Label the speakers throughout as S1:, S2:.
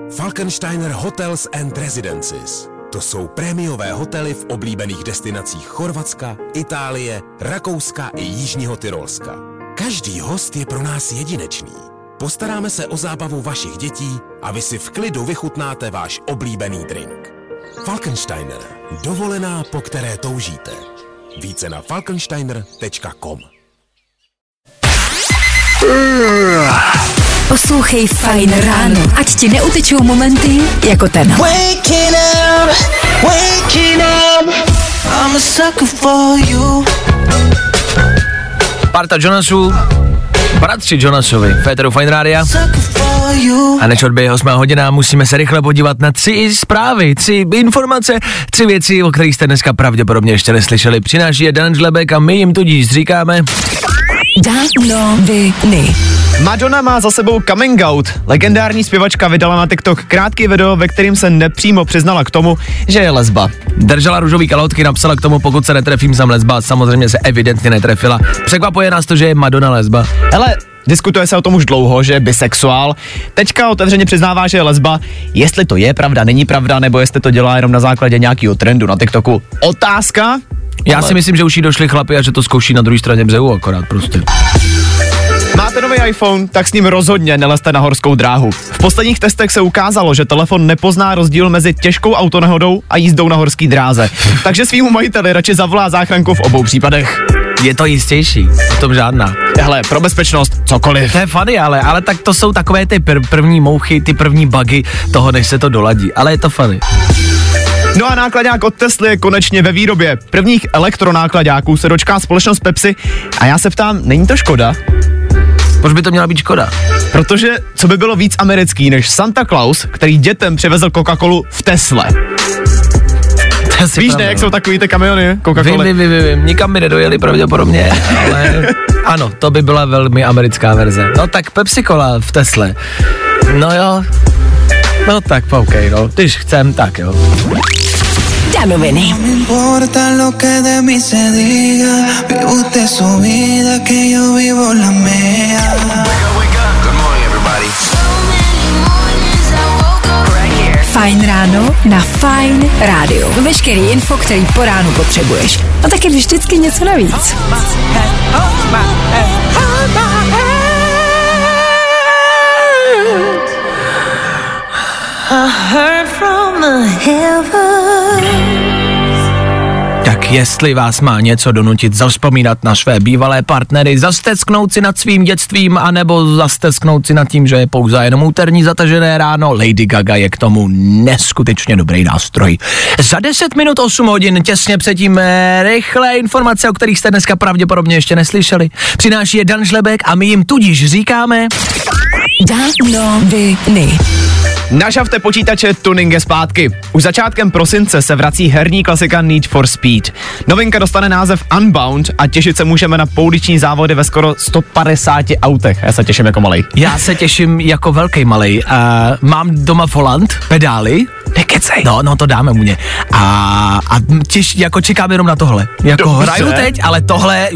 S1: Falkensteiner Hotels and Residences. To jsou prémiové hotely v oblíbených destinacích Chorvatska, Itálie, Rakouska i Jižního Tyrolska. Každý host je pro nás jedinečný. Postaráme se o zábavu vašich dětí a vy si v klidu vychutnáte váš oblíbený drink. Falkensteiner. Dovolená, po které toužíte. Více na falkensteiner.com.
S2: Poslouchej Fajn ráno, ať ti neutečou momenty jako ten.
S3: Waking up, I'm a sucker for you.
S4: Parta Jonasů, bratři Jonasovi, Féteru Fajn rádia. A než odběje 8 hodina, musíme se rychle podívat na 3 zprávy, 3 informace, 3 věci, o kterých jste dneska pravděpodobně ještě neslyšeli. Přináší je Dan Žlebek a my jim tudíž říkáme...
S2: Danoviny.
S5: Madonna má za sebou coming out. Legendární zpěvačka vydala na TikTok krátký video, ve kterým se nepřímo přiznala k tomu, že je lesba.
S4: Držela růžový kalhotky, napsala k tomu, pokud se netrefím, jsem lesba. Samozřejmě se evidentně netrefila. Překvapuje nás to, že je Madonna lesba.
S5: Hele, diskutuje se o tom už dlouho, že je bisexuál. Teďka otevřeně přiznává, že je lesba. Jestli to je pravda, není pravda, nebo jestli to dělá jenom na základě nějakého trendu na TikToku. Otázka?
S4: Já si myslím, že už jí došli chlapi a že to zkouší na druhé straně břehu akorát prostě.
S5: Máte nový iPhone, tak s ním rozhodně nelezte na horskou dráhu. V posledních testech se ukázalo, že telefon nepozná rozdíl mezi těžkou autonehodou a jízdou na horské dráze. Takže svýmu majiteli radši zavolá záchranku v obou případech.
S4: Je to jistější, o tom žádná.
S5: Hele, pro bezpečnost, cokoliv.
S4: To je funny, ale tak to jsou takové ty první mouchy, ty první bugy toho, než se to doladí, ale je to funny.
S5: No a nákladňák od Tesly je konečně ve výrobě. Prvních elektronákladňáků se dočká společnost Pepsi a já se ptám, není to škoda?
S4: Proč by to měla být škoda?
S5: Protože co by bylo víc americký než Santa Claus, který dětem přivezl Coca-Colu v Tesle. Víš, ne, jak jsou takový ty kamiony Coca-Coly?
S4: Vím, nikam mi nedojeli pravděpodobně, ale ano, to by byla velmi americká verze. No tak Pepsi Cola v Tesle. No jo, no tak okej, no, když chcem, tak jo.
S2: Danoviny. Fajn ráno na Fajn rádiu. Veškerý info, který po ránu potřebuješ. A taky vždycky něco navíc.
S4: Tak jestli vás má něco donutit zavzpomínat na své bývalé partnery, zastesknout si nad svým dětstvím, anebo zastesknout si nad tím, že je pouze jenom úterní zatažené ráno, Lady Gaga je k tomu neskutečně dobrý nástroj. Za 10 minut 8 hodin, těsně předtím rychlé informace, o kterých jste dneska pravděpodobně ještě neslyšeli. Přináší je Dan Žlebek a my jim tudíž říkáme... Danoviny.
S5: Nažavte počítače, tuning je zpátky. Už začátkem prosince se vrací herní klasika Need for Speed. Novinka dostane název Unbound a těšit se můžeme na pouliční závody ve skoro 150 autech. Já se těším jako malej.
S4: Já se těším jako velký malej. Mám doma volant, pedály.
S5: Nekecej.
S4: No to dáme mu ně. A jako čekám jenom na tohle. Jako
S5: dobře.
S4: Hraju teď, ale tohle...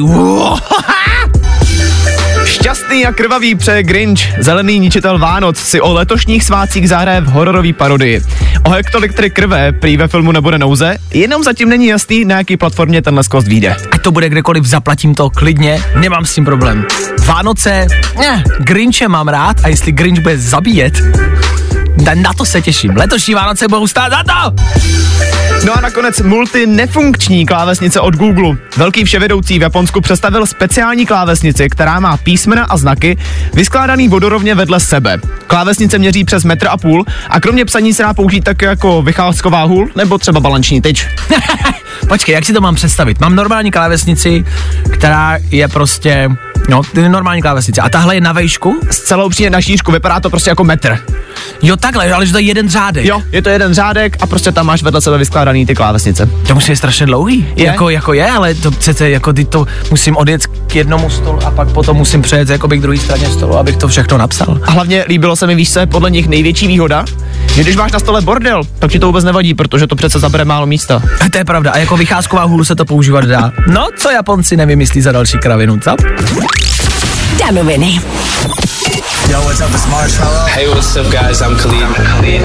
S5: Šťastný a krvavý přeje Grinch. Zelený ničitel Vánoc si o letošních svátcích zahraje v hororový parodii. O hektolitry krve prý ve filmu nebude nouze, jenom zatím není jasný, na jaký platformě tenhle skvost vyjde.
S4: Ať to bude kdekoliv, zaplatím to klidně, nemám s tím problém. Vánoce, Grinche mám rád a jestli Grinch bude zabíjet, na to se těším. Letošní Vánoce budou stát za to!
S5: No a nakonec multinefunkční klávesnice od Google. Velký vševědoucí v Japonsku představil speciální klávesnici, která má písmena a znaky vyskládaný vodorovně vedle sebe. Klávesnice měří přes 1,5 m a kromě psaní se dá použít také jako vycházková hůl nebo třeba balanční tyč.
S4: Počkej, jak si to mám představit? Mám normální klávesnici, která je prostě, normální klávesnice. A tahle je na vejšku?
S5: Zcela upřímně na šířku, vypadá to prostě jako metr.
S4: Jo, takhle, ale že to je jeden řádek.
S5: Jo, je to jeden řádek a prostě tam máš vedle sebe vyskládaný ty klávesnice.
S4: To musí být strašně dlouhý. Jako je, ale to přece jako ty to musím odjet k jednomu stolu a pak potom musím přejet jakoby k druhé straně stolu, abych to všechno napsal.
S5: A hlavně líbilo se mi, víš se, podle nich největší výhoda, že když máš na stole bordel, tak ti to vůbec nevadí, protože to přece zabere málo místa.
S4: A to je pravda, a jako vycházková hůlu se to používat dá. No, co Japonci nevymyslí za další kravinu, co?
S2: Danoviny.
S3: Yo, what's up, it's Marshmello.
S6: Hey, what's up, guys? I'm Khalid.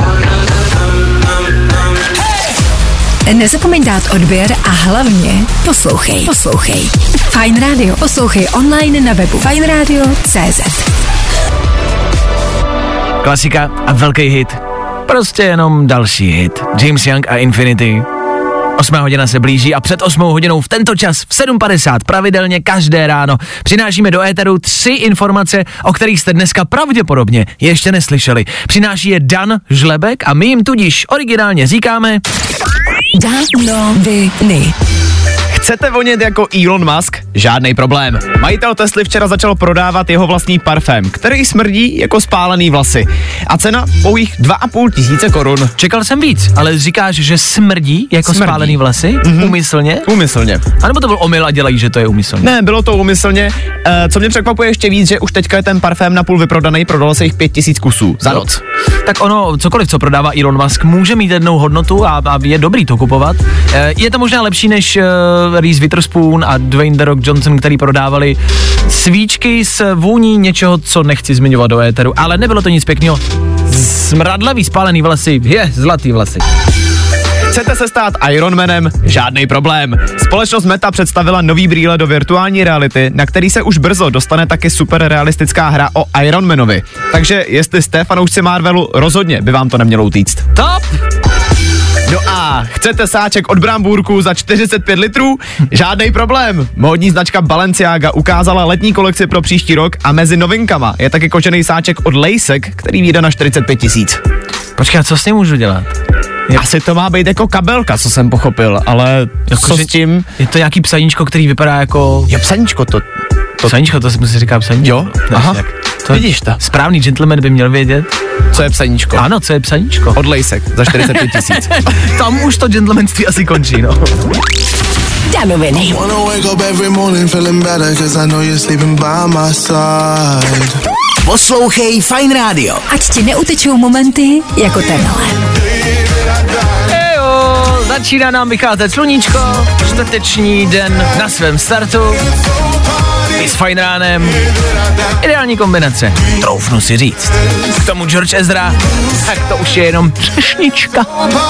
S2: Nezapomeň dát odběr a hlavně poslouchej. Fajn Radio. Poslouchej online na webu fajnradio.cz.
S4: Klasika a velký hit. Prostě jenom další hit. James Young a Infinity. 8 hodina se blíží a před 8 hodinou v tento čas v 7:50 pravidelně každé ráno přinášíme do éteru 3 informace, o kterých jste dneska pravděpodobně ještě neslyšeli. Přináší je Dan Žlebek a my jim tudíž originálně říkáme
S2: Danoviny.
S5: Chcete vonět jako Elon Musk? Žádnej problém. Majitel Tesly včera začal prodávat jeho vlastní parfém, který smrdí jako spálený vlasy. A cena pouhých 2,5 tisíce korun.
S4: Čekal jsem víc, ale říkáš, že smrdí jako spálený vlasy? Úmyslně?
S5: Úmyslně.
S4: A nebo to byl omyl a dělají, že to je úmyslně?
S5: Ne, bylo to úmyslně. Co mě překvapuje ještě víc, že už teďka je ten parfém napůl vyprodaný, prodalo se jich 5 000 kusů za noc.
S4: Tak ono, cokoliv, co prodává Elon Musk, může mít jednou hodnotu a je dobrý to kupovat. Je to možná lepší než Reese Witherspoon a Dwayne The Rock Johnson, který prodávali svíčky s vůní něčeho, co nechci zmiňovat do éteru, ale nebylo to nic pěkného. Smradlavý spálený vlasy, zlatý vlasy.
S5: Chcete se stát Ironmanem? Žádný problém. Společnost Meta představila nový brýle do virtuální reality, na který se už brzo dostane taky super realistická hra o Ironmanovi. Takže jestli jste fanoušci Marvelu, rozhodně by vám to nemělo utíct.
S4: Top!
S5: No a chcete sáček od Brambůrku za 45 litrů? Žádný problém. Módní značka Balenciaga ukázala letní kolekci pro příští rok a mezi novinkama je taky kožený sáček od Lejsek, který vyjde na 45 000.
S4: Počkej, co s tím můžu dělat?
S5: Asi to má být jako kabelka, co jsem pochopil, ale
S4: jako,
S5: co s tím?
S4: Je to nějaký psaníčko, který vypadá jako...
S5: Jo, psaníčko to...
S4: Psaníčko, to se říká psaníčko.
S5: Jo, aha, to vidíš to.
S4: Správný gentleman by měl vědět.
S5: Co je psaníčko?
S4: Ano, co je psaníčko.
S5: Od Lejsek za 45 000.
S4: Tam už to gentlemanství asi končí, no.
S2: Danoviny.
S3: Poslouchej Fajn Radio.
S2: Ať ti neutečou momenty jako tenhle.
S4: Ejo, začíná nám vycházet sluníčko, čtvrteční den na svém startu. I s Fajn ránem. Ideální kombinace, troufnu si říct. K tomu George Ezra, tak to už je jenom třešnička.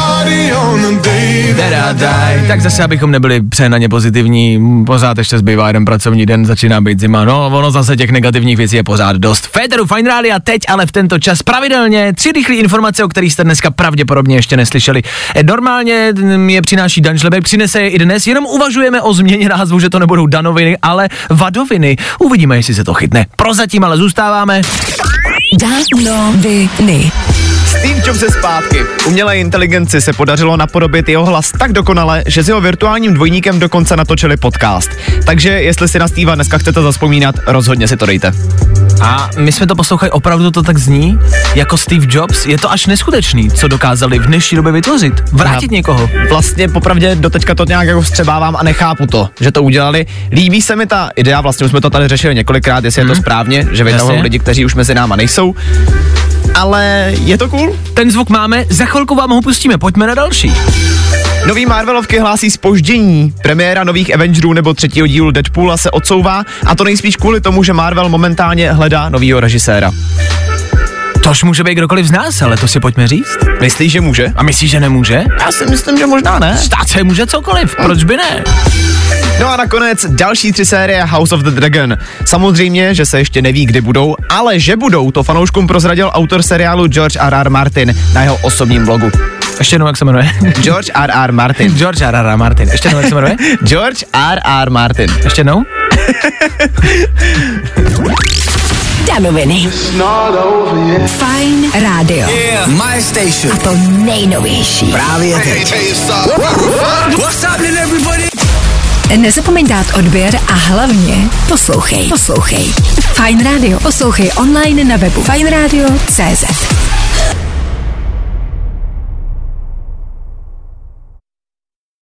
S4: Tak zase, abychom nebyli přehnaně pozitivní, pořád ještě zbývá jeden pracovní den, začíná být zima. No, ono zase těch negativních věcí je pořád dost. Féteru Fajn rádia teď, ale v tento čas pravidelně 3 rychlé informace, o kterých jste dneska pravděpodobně ještě neslyšeli. Normálně je přináší Dan Žlebek, přinese je i dnes, jenom uvažujeme o změně názvu, že to nebudou danoviny, ale vadoviny. Uvidíme, jestli se to chytne. Prozatím ale zůstáváme
S2: Danoviny.
S5: Steve Jobs je zpátky. Umělé inteligenci se podařilo napodobit jeho hlas tak dokonale, že s jeho virtuálním dvojníkem dokonce natočili podcast. Takže jestli si na Steva dneska chcete zazpomínat, rozhodně si to dejte.
S4: A my jsme to poslouchali, opravdu to tak zní? Jako Steve Jobs? Je to až neskutečný, co dokázali v dnešní době vytvořit. Vrátit někoho.
S5: Vlastně popravdě doteďka to nějak jako vstřebávám a nechápu to, že to udělali. Líbí se mi ta idea, vlastně už jsme to tady řešili několikrát, jestli je to správně, že vytahují lidi, kteří už mezi náma nejsou. Ale je to cool?
S4: Ten zvuk máme, za chvilku vám ho pustíme, pojďme na další.
S5: Nový Marvelovky hlásí zpoždění. Premiéra nových Avengerů nebo 3. dílu Deadpoola se odsouvá a to nejspíš kvůli tomu, že Marvel momentálně hledá novýho režiséra.
S4: Tož může být kdokoliv z nás, ale to si pojďme říct.
S5: Myslíš, že může?
S4: A myslíš, že nemůže?
S5: Já si myslím, že možná ne.
S4: Stát se může cokoliv, proč by ne?
S5: No a nakonec další 3 série House of the Dragon. Samozřejmě, že se ještě neví, kdy budou, ale že budou, to fanouškům prozradil autor seriálu George R.R. Martin na jeho osobním blogu.
S4: Ještě jednou, jak se jmenuje?
S5: George R.R. Martin.
S4: George R.R. Martin. Ještě jednou, jak se jmenuje?
S5: George R.R. Martin.
S4: Ještě jednou?
S2: Danoviny. Fajn rádio.
S3: Yeah, my station.
S2: A to nejnovější.
S3: Právě teď. What's happening, everybody?
S2: Nezapomeň dát odběr a hlavně poslouchej. Fajn rádio. Poslouchej online na webu fajnradio.cz.